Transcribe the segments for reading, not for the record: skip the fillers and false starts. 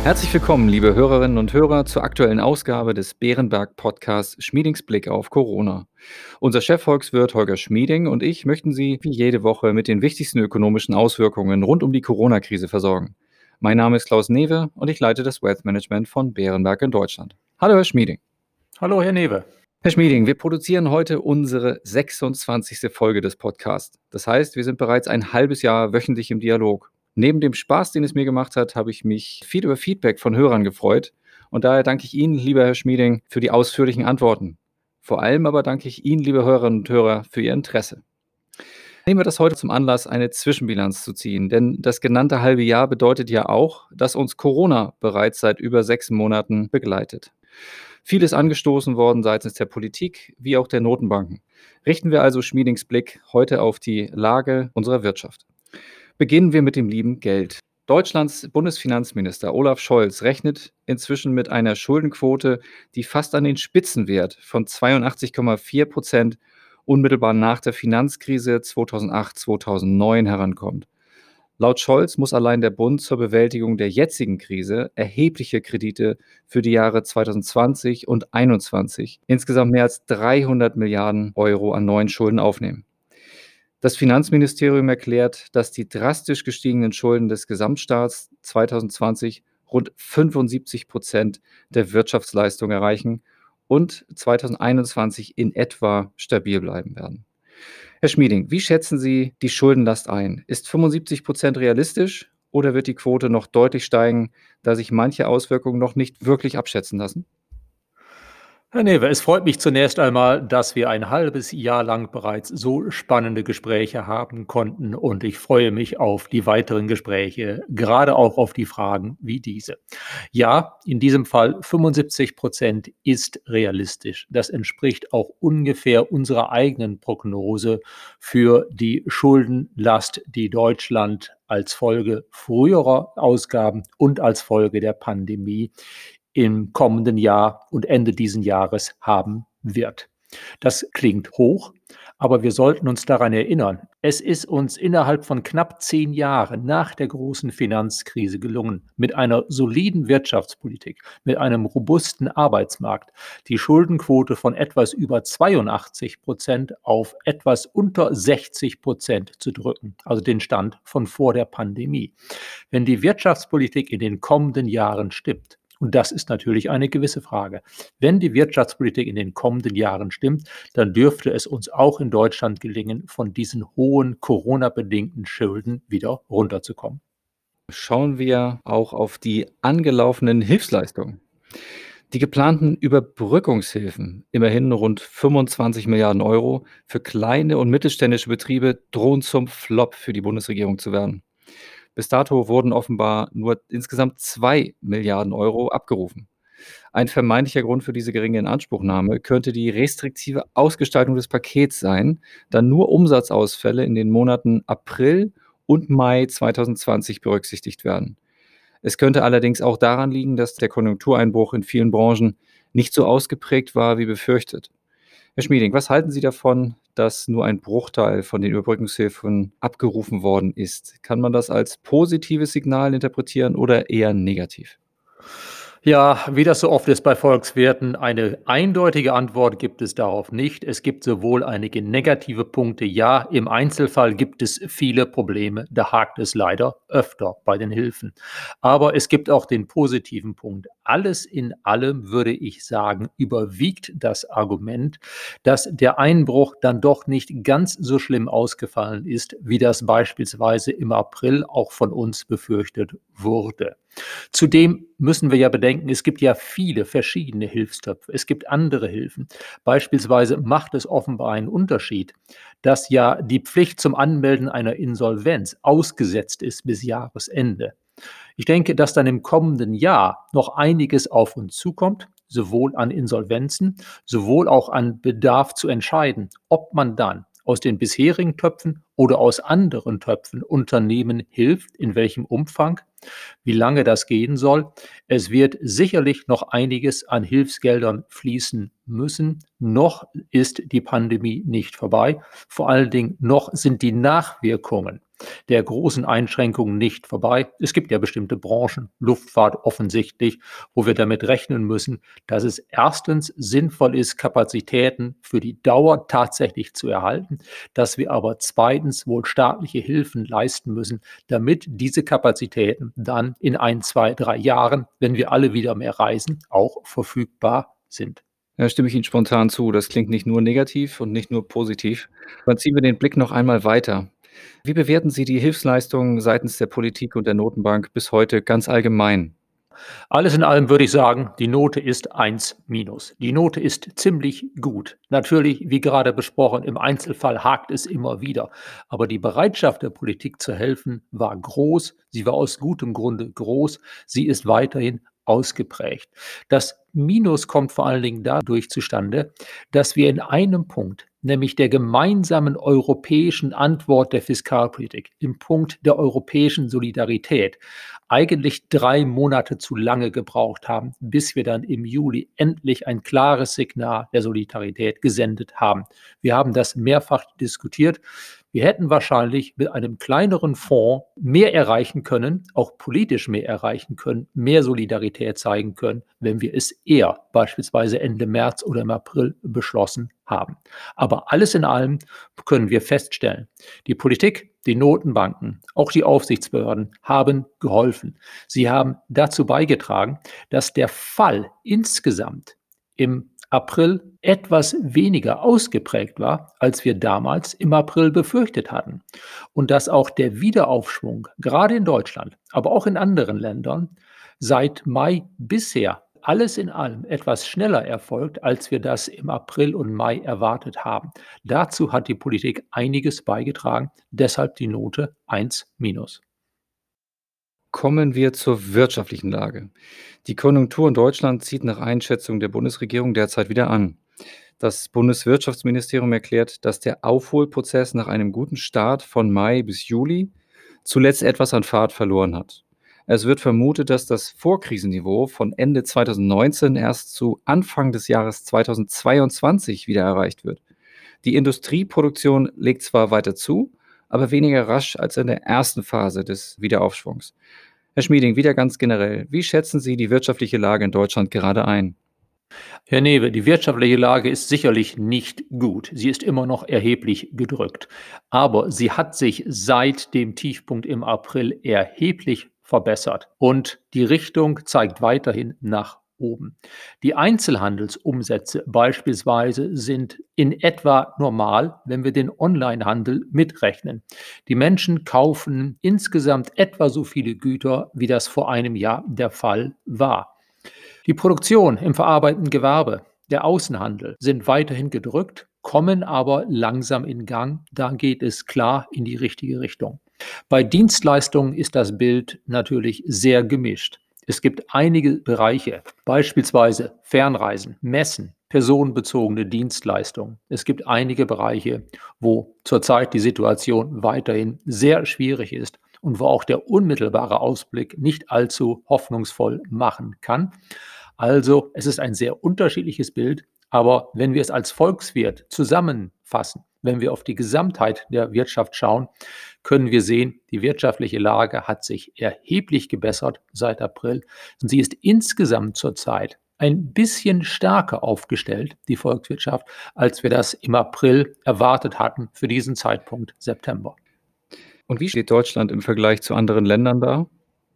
Herzlich willkommen, liebe Hörerinnen und Hörer, zur aktuellen Ausgabe des Bärenberg-Podcasts Schmiedings Blick auf Corona. Unser Chefvolkswirt Holger Schmieding und ich möchten Sie wie jede Woche mit den wichtigsten ökonomischen Auswirkungen rund um die Corona-Krise versorgen. Mein Name ist Klaus Newe und ich leite das Wealth Management von Bärenberg in Deutschland. Hallo, Herr Schmieding. Hallo, Herr Newe. Herr Schmieding, wir produzieren heute unsere 26. Folge des Podcasts. Das heißt, wir sind bereits ein halbes Jahr wöchentlich im Dialog. Neben dem Spaß, den es mir gemacht hat, habe ich mich viel über Feedback von Hörern gefreut. Und daher danke ich Ihnen, lieber Herr Schmieding, für die ausführlichen Antworten. Vor allem aber danke ich Ihnen, liebe Hörerinnen und Hörer, für Ihr Interesse. Nehmen wir das heute zum Anlass, eine Zwischenbilanz zu ziehen. Denn das genannte halbe Jahr bedeutet ja auch, dass uns Corona bereits seit über 6 Monaten begleitet. Vieles angestoßen worden seitens der Politik wie auch der Notenbanken. Richten wir also Schmiedings Blick heute auf die Lage unserer Wirtschaft. Beginnen wir mit dem lieben Geld. Deutschlands Bundesfinanzminister Olaf Scholz rechnet inzwischen mit einer Schuldenquote, die fast an den Spitzenwert von 82,4% unmittelbar nach der Finanzkrise 2008/2009 herankommt. Laut Scholz muss allein der Bund zur Bewältigung der jetzigen Krise erhebliche Kredite für die Jahre 2020 und 2021, insgesamt mehr als 300 Milliarden Euro an neuen Schulden aufnehmen. Das Finanzministerium erklärt, dass die drastisch gestiegenen Schulden des Gesamtstaats 2020 rund 75% der Wirtschaftsleistung erreichen und 2021 in etwa stabil bleiben werden. Herr Schmieding, wie schätzen Sie die Schuldenlast ein? Ist 75% realistisch oder wird die Quote noch deutlich steigen, da sich manche Auswirkungen noch nicht wirklich abschätzen lassen? Herr Newe, es freut mich zunächst einmal, dass wir ein halbes Jahr lang bereits so spannende Gespräche haben konnten und ich freue mich auf die weiteren Gespräche, gerade auch auf die Fragen wie diese. Ja, in diesem Fall 75% ist realistisch. Das entspricht auch ungefähr unserer eigenen Prognose für die Schuldenlast, die Deutschland als Folge früherer Ausgaben und als Folge der Pandemie im kommenden Jahr und Ende diesen Jahres haben wird. Das klingt hoch, aber wir sollten uns daran erinnern, es ist uns innerhalb von knapp 10 Jahren nach der großen Finanzkrise gelungen, mit einer soliden Wirtschaftspolitik, mit einem robusten Arbeitsmarkt, die Schuldenquote von etwas über 82% auf etwas unter 60% zu drücken, also den Stand von vor der Pandemie. Wenn die Wirtschaftspolitik in den kommenden Jahren stimmt, und das ist natürlich eine gewisse Frage. Wenn die Wirtschaftspolitik in den kommenden Jahren stimmt, dann dürfte es uns auch in Deutschland gelingen, von diesen hohen Corona-bedingten Schulden wieder runterzukommen. Schauen wir auch auf die angelaufenen Hilfsleistungen. Die geplanten Überbrückungshilfen, immerhin rund 25 Milliarden Euro, für kleine und mittelständische Betriebe drohen zum Flop für die Bundesregierung zu werden. Bis dato wurden offenbar nur insgesamt 2 Milliarden Euro abgerufen. Ein vermeintlicher Grund für diese geringe Inanspruchnahme könnte die restriktive Ausgestaltung des Pakets sein, da nur Umsatzausfälle in den Monaten April und Mai 2020 berücksichtigt werden. Es könnte allerdings auch daran liegen, dass der Konjunktureinbruch in vielen Branchen nicht so ausgeprägt war wie befürchtet. Herr Schmieding, was halten Sie davon, dass nur ein Bruchteil von den Überbrückungshilfen abgerufen worden ist? Kann man das als positives Signal interpretieren oder eher negativ? Ja, wie das so oft ist bei Volkswirten, eine eindeutige Antwort gibt es darauf nicht. Es gibt sowohl einige negative Punkte, ja, im Einzelfall gibt es viele Probleme, da hakt es leider öfter bei den Hilfen. Aber es gibt auch den positiven Punkt. Alles in allem würde ich sagen, überwiegt das Argument, dass der Einbruch dann doch nicht ganz so schlimm ausgefallen ist, wie das beispielsweise im April auch von uns befürchtet wurde. Zudem müssen wir ja bedenken, es gibt ja viele verschiedene Hilfstöpfe. Es gibt andere Hilfen. Beispielsweise macht es offenbar einen Unterschied, dass ja die Pflicht zum Anmelden einer Insolvenz ausgesetzt ist bis Jahresende. Ich denke, dass dann im kommenden Jahr noch einiges auf uns zukommt, sowohl an Insolvenzen, sowohl auch an Bedarf zu entscheiden, ob man dann aus den bisherigen Töpfen oder aus anderen Töpfen Unternehmen hilft, in welchem Umfang, wie lange das gehen soll. Es wird sicherlich noch einiges an Hilfsgeldern fließen müssen. Noch ist die Pandemie nicht vorbei. Vor allen Dingen noch sind die Nachwirkungen der großen Einschränkungen nicht vorbei. Es gibt ja bestimmte Branchen, Luftfahrt offensichtlich, wo wir damit rechnen müssen, dass es erstens sinnvoll ist, Kapazitäten für die Dauer tatsächlich zu erhalten, dass wir aber zweitens wohl staatliche Hilfen leisten müssen, damit diese Kapazitäten dann in 1, 2, 3 Jahren, wenn wir alle wieder mehr reisen, auch verfügbar sind. Ja, stimme ich Ihnen spontan zu. Das klingt nicht nur negativ und nicht nur positiv. Dann ziehen wir den Blick noch einmal weiter. Wie bewerten Sie die Hilfsleistungen seitens der Politik und der Notenbank bis heute ganz allgemein? Alles in allem würde ich sagen, die Note ist 1 minus. Die Note ist ziemlich gut. Natürlich, wie gerade besprochen, im Einzelfall hakt es immer wieder. Aber die Bereitschaft der Politik zu helfen war groß. Sie war aus gutem Grunde groß. Sie ist weiterhin ausgeprägt. Das Minus kommt vor allen Dingen dadurch zustande, dass wir in einem Punkt, nämlich der gemeinsamen europäischen Antwort der Fiskalpolitik, im Punkt der europäischen Solidarität, eigentlich 3 Monate zu lange gebraucht haben, bis wir dann im Juli endlich ein klares Signal der Solidarität gesendet haben. Wir haben das mehrfach diskutiert. Wir hätten wahrscheinlich mit einem kleineren Fonds mehr erreichen können, auch politisch mehr erreichen können, mehr Solidarität zeigen können, wenn wir es eher, beispielsweise Ende März oder im April, beschlossen haben. Aber alles in allem können wir feststellen, die Politik, die Notenbanken, auch die Aufsichtsbehörden haben geholfen. Sie haben dazu beigetragen, dass der Fall insgesamt im April etwas weniger ausgeprägt war, als wir damals im April befürchtet hatten. Und dass auch der Wiederaufschwung, gerade in Deutschland, aber auch in anderen Ländern, seit Mai bisher alles in allem etwas schneller erfolgt, als wir das im April und Mai erwartet haben. Dazu hat die Politik einiges beigetragen, deshalb die Note 1 minus. Kommen wir zur wirtschaftlichen Lage. Die Konjunktur in Deutschland zieht nach Einschätzung der Bundesregierung derzeit wieder an. Das Bundeswirtschaftsministerium erklärt, dass der Aufholprozess nach einem guten Start von Mai bis Juli zuletzt etwas an Fahrt verloren hat. Es wird vermutet, dass das Vorkrisenniveau von Ende 2019 erst zu Anfang des Jahres 2022 wieder erreicht wird. Die Industrieproduktion legt zwar weiter zu, aber weniger rasch als in der ersten Phase des Wiederaufschwungs. Herr Schmieding, wieder ganz generell, wie schätzen Sie die wirtschaftliche Lage in Deutschland gerade ein? Herr Newe, die wirtschaftliche Lage ist sicherlich nicht gut. Sie ist immer noch erheblich gedrückt. Aber sie hat sich seit dem Tiefpunkt im April erheblich verbessert und die Richtung zeigt weiterhin nach oben. Die Einzelhandelsumsätze beispielsweise sind in etwa normal, wenn wir den Onlinehandel mitrechnen. Die Menschen kaufen insgesamt etwa so viele Güter, wie das vor einem Jahr der Fall war. Die Produktion im verarbeitenden Gewerbe, der Außenhandel sind weiterhin gedrückt, kommen aber langsam in Gang. Da geht es klar in die richtige Richtung. Bei Dienstleistungen ist das Bild natürlich sehr gemischt. Es gibt einige Bereiche, beispielsweise Fernreisen, Messen, personenbezogene Dienstleistungen. Es gibt einige Bereiche, wo zurzeit die Situation weiterhin sehr schwierig ist und wo auch der unmittelbare Ausblick nicht allzu hoffnungsvoll machen kann. Also, es ist ein sehr unterschiedliches Bild, aber wenn wir es als Volkswirt zusammenfassen, wenn wir auf die Gesamtheit der Wirtschaft schauen, können wir sehen, die wirtschaftliche Lage hat sich erheblich gebessert seit April und sie ist insgesamt zurzeit ein bisschen stärker aufgestellt, die Volkswirtschaft, als wir das im April erwartet hatten für diesen Zeitpunkt September. Und wie steht Deutschland im Vergleich zu anderen Ländern da?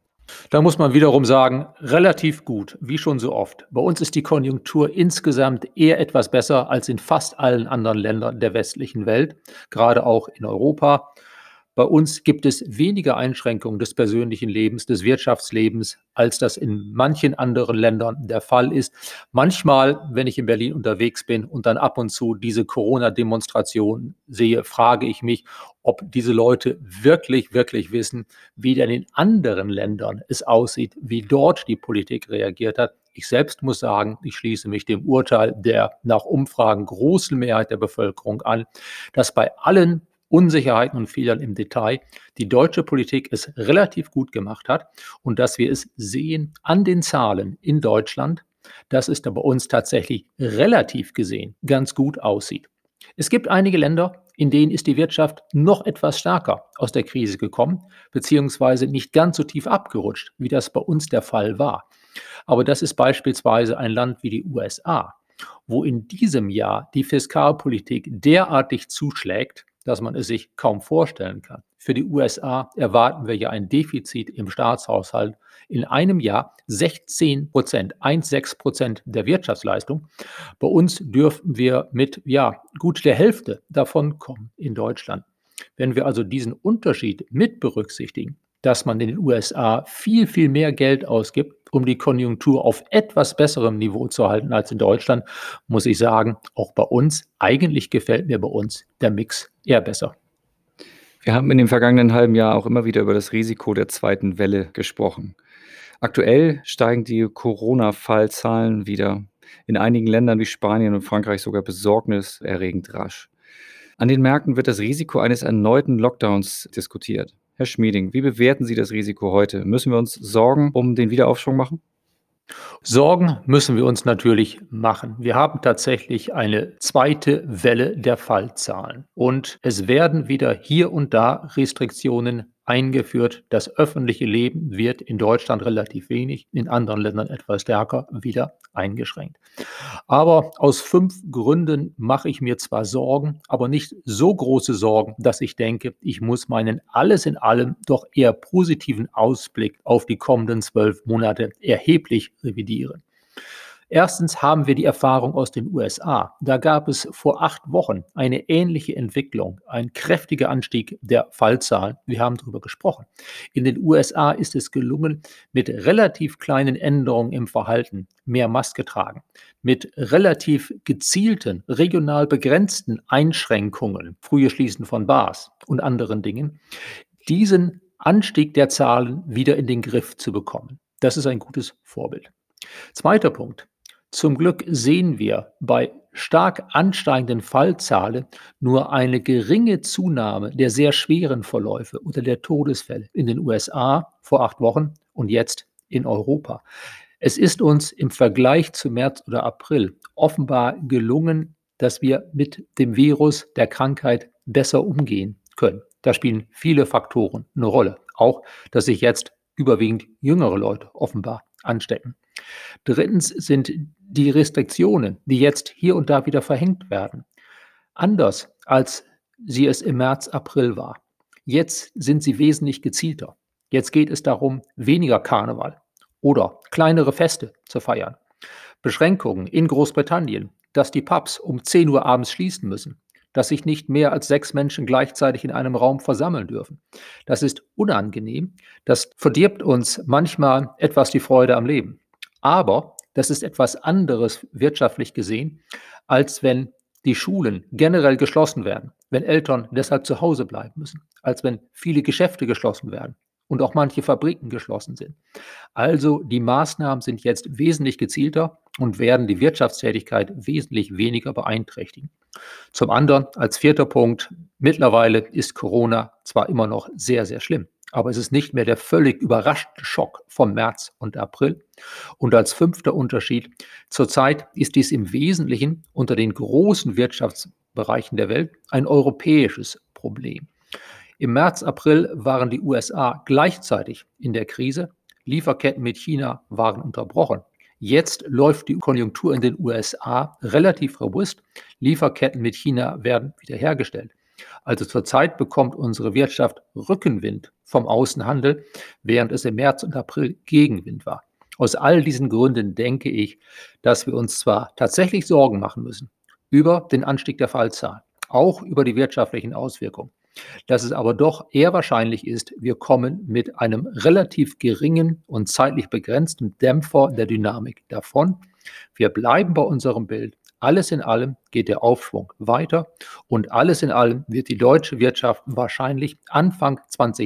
Da muss man wiederum sagen, relativ gut, wie schon so oft. Bei uns ist die Konjunktur insgesamt eher etwas besser als in fast allen anderen Ländern der westlichen Welt, gerade auch in Europa. Bei uns gibt es weniger Einschränkungen des persönlichen Lebens, des Wirtschaftslebens, als das in manchen anderen Ländern der Fall ist. Manchmal, wenn ich in Berlin unterwegs bin und dann ab und zu diese Corona-Demonstration sehe, frage ich mich, ob diese Leute wirklich wissen, wie denn in anderen Ländern es aussieht, wie dort die Politik reagiert hat. Ich selbst muss sagen, ich schließe mich dem Urteil der nach Umfragen großen Mehrheit der Bevölkerung an, dass bei allen Unsicherheiten und Fehlern im Detail die deutsche Politik es relativ gut gemacht hat und dass wir es sehen an den Zahlen in Deutschland, dass es da bei uns tatsächlich relativ gesehen ganz gut aussieht. Es gibt einige Länder, In denen ist die Wirtschaft noch etwas stärker aus der Krise gekommen, beziehungsweise nicht ganz so tief abgerutscht, wie das bei uns der Fall war. Aber das ist beispielsweise ein Land wie die USA, wo in diesem Jahr die Fiskalpolitik derartig zuschlägt, dass man es sich kaum vorstellen kann. Für die USA erwarten wir ja ein Defizit im Staatshaushalt in einem Jahr 16%, 1,6% der Wirtschaftsleistung. Bei uns dürften wir mit gut der Hälfte davon kommen in Deutschland. Wenn wir also diesen Unterschied mit berücksichtigen, dass man in den USA viel, viel mehr Geld ausgibt, um die Konjunktur auf etwas besserem Niveau zu halten als in Deutschland, muss ich sagen, auch bei uns, eigentlich gefällt mir bei uns der Mix eher besser. Wir haben in dem vergangenen halben Jahr auch immer wieder über das Risiko der zweiten Welle gesprochen. Aktuell steigen die Corona-Fallzahlen wieder. In einigen Ländern wie Spanien und Frankreich sogar besorgniserregend rasch. An den Märkten wird das Risiko eines erneuten Lockdowns diskutiert. Herr Schmieding, wie bewerten Sie das Risiko heute? Müssen wir uns Sorgen um den Wiederaufschwung machen? Sorgen müssen wir uns natürlich machen. Wir haben tatsächlich eine zweite Welle der Fallzahlen und es werden wieder hier und da Restriktionen eingeführt. Das öffentliche Leben wird in Deutschland relativ wenig, in anderen Ländern etwas stärker wieder eingeschränkt. Aber aus 5 Gründen mache ich mir zwar Sorgen, aber nicht so große Sorgen, dass ich denke, ich muss meinen alles in allem doch eher positiven Ausblick auf die kommenden 12 Monate erheblich revidieren. Erstens haben wir die Erfahrung aus den USA. Da gab es vor 8 Wochen eine ähnliche Entwicklung, ein kräftiger Anstieg der Fallzahlen. Wir haben darüber gesprochen. In den USA ist es gelungen, mit relativ kleinen Änderungen im Verhalten, mehr Maske tragen, mit relativ gezielten, regional begrenzten Einschränkungen, frühe Schließen von Bars und anderen Dingen, diesen Anstieg der Zahlen wieder in den Griff zu bekommen. Das ist ein gutes Vorbild. Zweiter Punkt. Zum Glück sehen wir bei stark ansteigenden Fallzahlen nur eine geringe Zunahme der sehr schweren Verläufe oder der Todesfälle in den USA vor 8 Wochen und jetzt in Europa. Es ist uns im Vergleich zu März oder April offenbar gelungen, dass wir mit dem Virus der Krankheit besser umgehen können. Da spielen viele Faktoren eine Rolle. Auch, dass sich jetzt überwiegend jüngere Leute offenbar anstecken. Drittens sind die Restriktionen, die jetzt hier und da wieder verhängt werden, anders als sie es im März, April war. Jetzt sind sie wesentlich gezielter. Jetzt geht es darum, weniger Karneval oder kleinere Feste zu feiern. Beschränkungen in Großbritannien, dass die Pubs um 10 Uhr abends schließen müssen, dass sich nicht mehr als 6 Menschen gleichzeitig in einem Raum versammeln dürfen. Das ist unangenehm. Das verdirbt uns manchmal etwas die Freude am Leben. Aber das ist etwas anderes wirtschaftlich gesehen, als wenn die Schulen generell geschlossen werden, wenn Eltern deshalb zu Hause bleiben müssen, als wenn viele Geschäfte geschlossen werden und auch manche Fabriken geschlossen sind. Also die Maßnahmen sind jetzt wesentlich gezielter und werden die Wirtschaftstätigkeit wesentlich weniger beeinträchtigen. Zum anderen, als 4. Punkt, mittlerweile ist Corona zwar immer noch sehr, sehr schlimm, aber es ist nicht mehr der völlig überraschende Schock vom März und April. Und als 5. Unterschied, zurzeit ist dies im Wesentlichen unter den großen Wirtschaftsbereichen der Welt ein europäisches Problem. Im März, April waren die USA gleichzeitig in der Krise. Lieferketten mit China waren unterbrochen. Jetzt läuft die Konjunktur in den USA relativ robust. Lieferketten mit China werden wiederhergestellt. Also zurzeit bekommt unsere Wirtschaft Rückenwind vom Außenhandel, während es im März und April Gegenwind war. Aus all diesen Gründen denke ich, dass wir uns zwar tatsächlich Sorgen machen müssen über den Anstieg der Fallzahlen, auch über die wirtschaftlichen Auswirkungen, dass es aber doch eher wahrscheinlich ist, wir kommen mit einem relativ geringen und zeitlich begrenzten Dämpfer der Dynamik davon. Wir bleiben bei unserem Bild. Alles in allem geht der Aufschwung weiter und alles in allem wird die deutsche Wirtschaft wahrscheinlich Anfang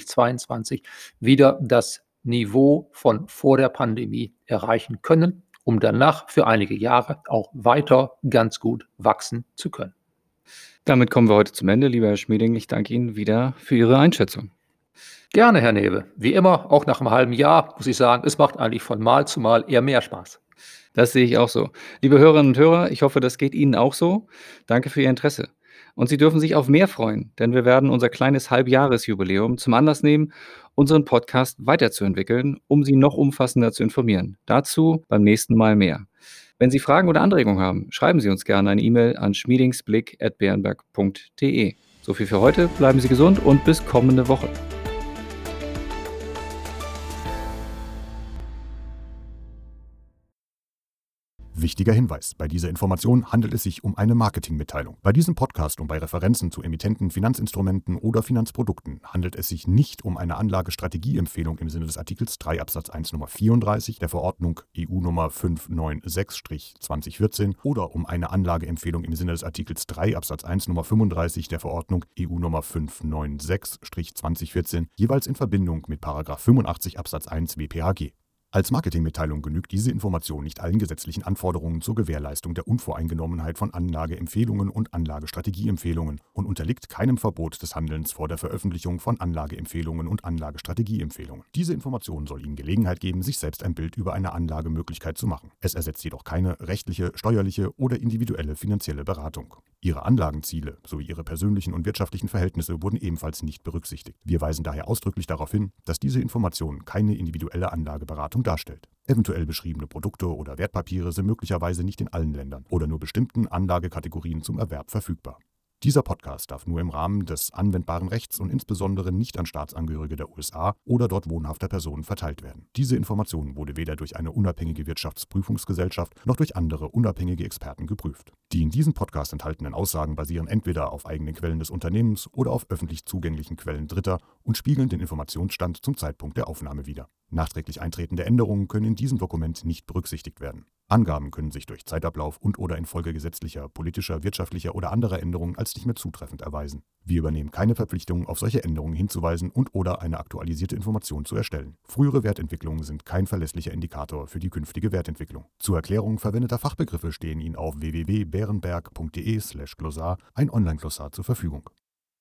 2022 wieder das Niveau von vor der Pandemie erreichen können, um danach für einige Jahre auch weiter ganz gut wachsen zu können. Damit kommen wir heute zum Ende, lieber Herr Schmieding. Ich danke Ihnen wieder für Ihre Einschätzung. Gerne, Herr Newe. Wie immer, auch nach einem halben Jahr, muss ich sagen, es macht eigentlich von Mal zu Mal eher mehr Spaß. Das sehe ich auch so. Liebe Hörerinnen und Hörer, ich hoffe, das geht Ihnen auch so. Danke für Ihr Interesse. Und Sie dürfen sich auf mehr freuen, denn wir werden unser kleines Halbjahresjubiläum zum Anlass nehmen, unseren Podcast weiterzuentwickeln, um Sie noch umfassender zu informieren. Dazu beim nächsten Mal mehr. Wenn Sie Fragen oder Anregungen haben, schreiben Sie uns gerne eine E-Mail an schmiedingsblick@beerenberg.de. So viel für heute, bleiben Sie gesund und bis kommende Woche. Wichtiger Hinweis: Bei dieser Information handelt es sich um eine Marketingmitteilung. Bei diesem Podcast und bei Referenzen zu Emittenten, Finanzinstrumenten oder Finanzprodukten handelt es sich nicht um eine Anlagestrategieempfehlung im Sinne des Artikels 3 Absatz 1 Nummer 34 der Verordnung EU Nummer 596/2014 oder um eine Anlageempfehlung im Sinne des Artikels 3 Absatz 1 Nummer 35 der Verordnung EU Nummer 596/2014, jeweils in Verbindung mit § 85 Absatz 1 WPHG. Als Marketingmitteilung genügt diese Information nicht allen gesetzlichen Anforderungen zur Gewährleistung der Unvoreingenommenheit von Anlageempfehlungen und Anlagestrategieempfehlungen und unterliegt keinem Verbot des Handelns vor der Veröffentlichung von Anlageempfehlungen und Anlagestrategieempfehlungen. Diese Information soll Ihnen Gelegenheit geben, sich selbst ein Bild über eine Anlagemöglichkeit zu machen. Es ersetzt jedoch keine rechtliche, steuerliche oder individuelle finanzielle Beratung. Ihre Anlagenziele sowie Ihre persönlichen und wirtschaftlichen Verhältnisse wurden ebenfalls nicht berücksichtigt. Wir weisen daher ausdrücklich darauf hin, dass diese Information keine individuelle Anlageberatung darstellt. Eventuell beschriebene Produkte oder Wertpapiere sind möglicherweise nicht in allen Ländern oder nur bestimmten Anlagekategorien zum Erwerb verfügbar. Dieser Podcast darf nur im Rahmen des anwendbaren Rechts und insbesondere nicht an Staatsangehörige der USA oder dort wohnhafter Personen verteilt werden. Diese Information wurde weder durch eine unabhängige Wirtschaftsprüfungsgesellschaft noch durch andere unabhängige Experten geprüft. Die in diesem Podcast enthaltenen Aussagen basieren entweder auf eigenen Quellen des Unternehmens oder auf öffentlich zugänglichen Quellen Dritter und spiegeln den Informationsstand zum Zeitpunkt der Aufnahme wider. Nachträglich eintretende Änderungen können in diesem Dokument nicht berücksichtigt werden. Angaben können sich durch Zeitablauf und/oder infolge gesetzlicher, politischer, wirtschaftlicher oder anderer Änderungen als nicht mehr zutreffend erweisen. Wir übernehmen keine Verpflichtung, auf solche Änderungen hinzuweisen und/oder eine aktualisierte Information zu erstellen. Frühere Wertentwicklungen sind kein verlässlicher Indikator für die künftige Wertentwicklung. Zur Erklärung verwendeter Fachbegriffe stehen Ihnen auf www.beerenberg.de/glossar ein Online-Glossar zur Verfügung.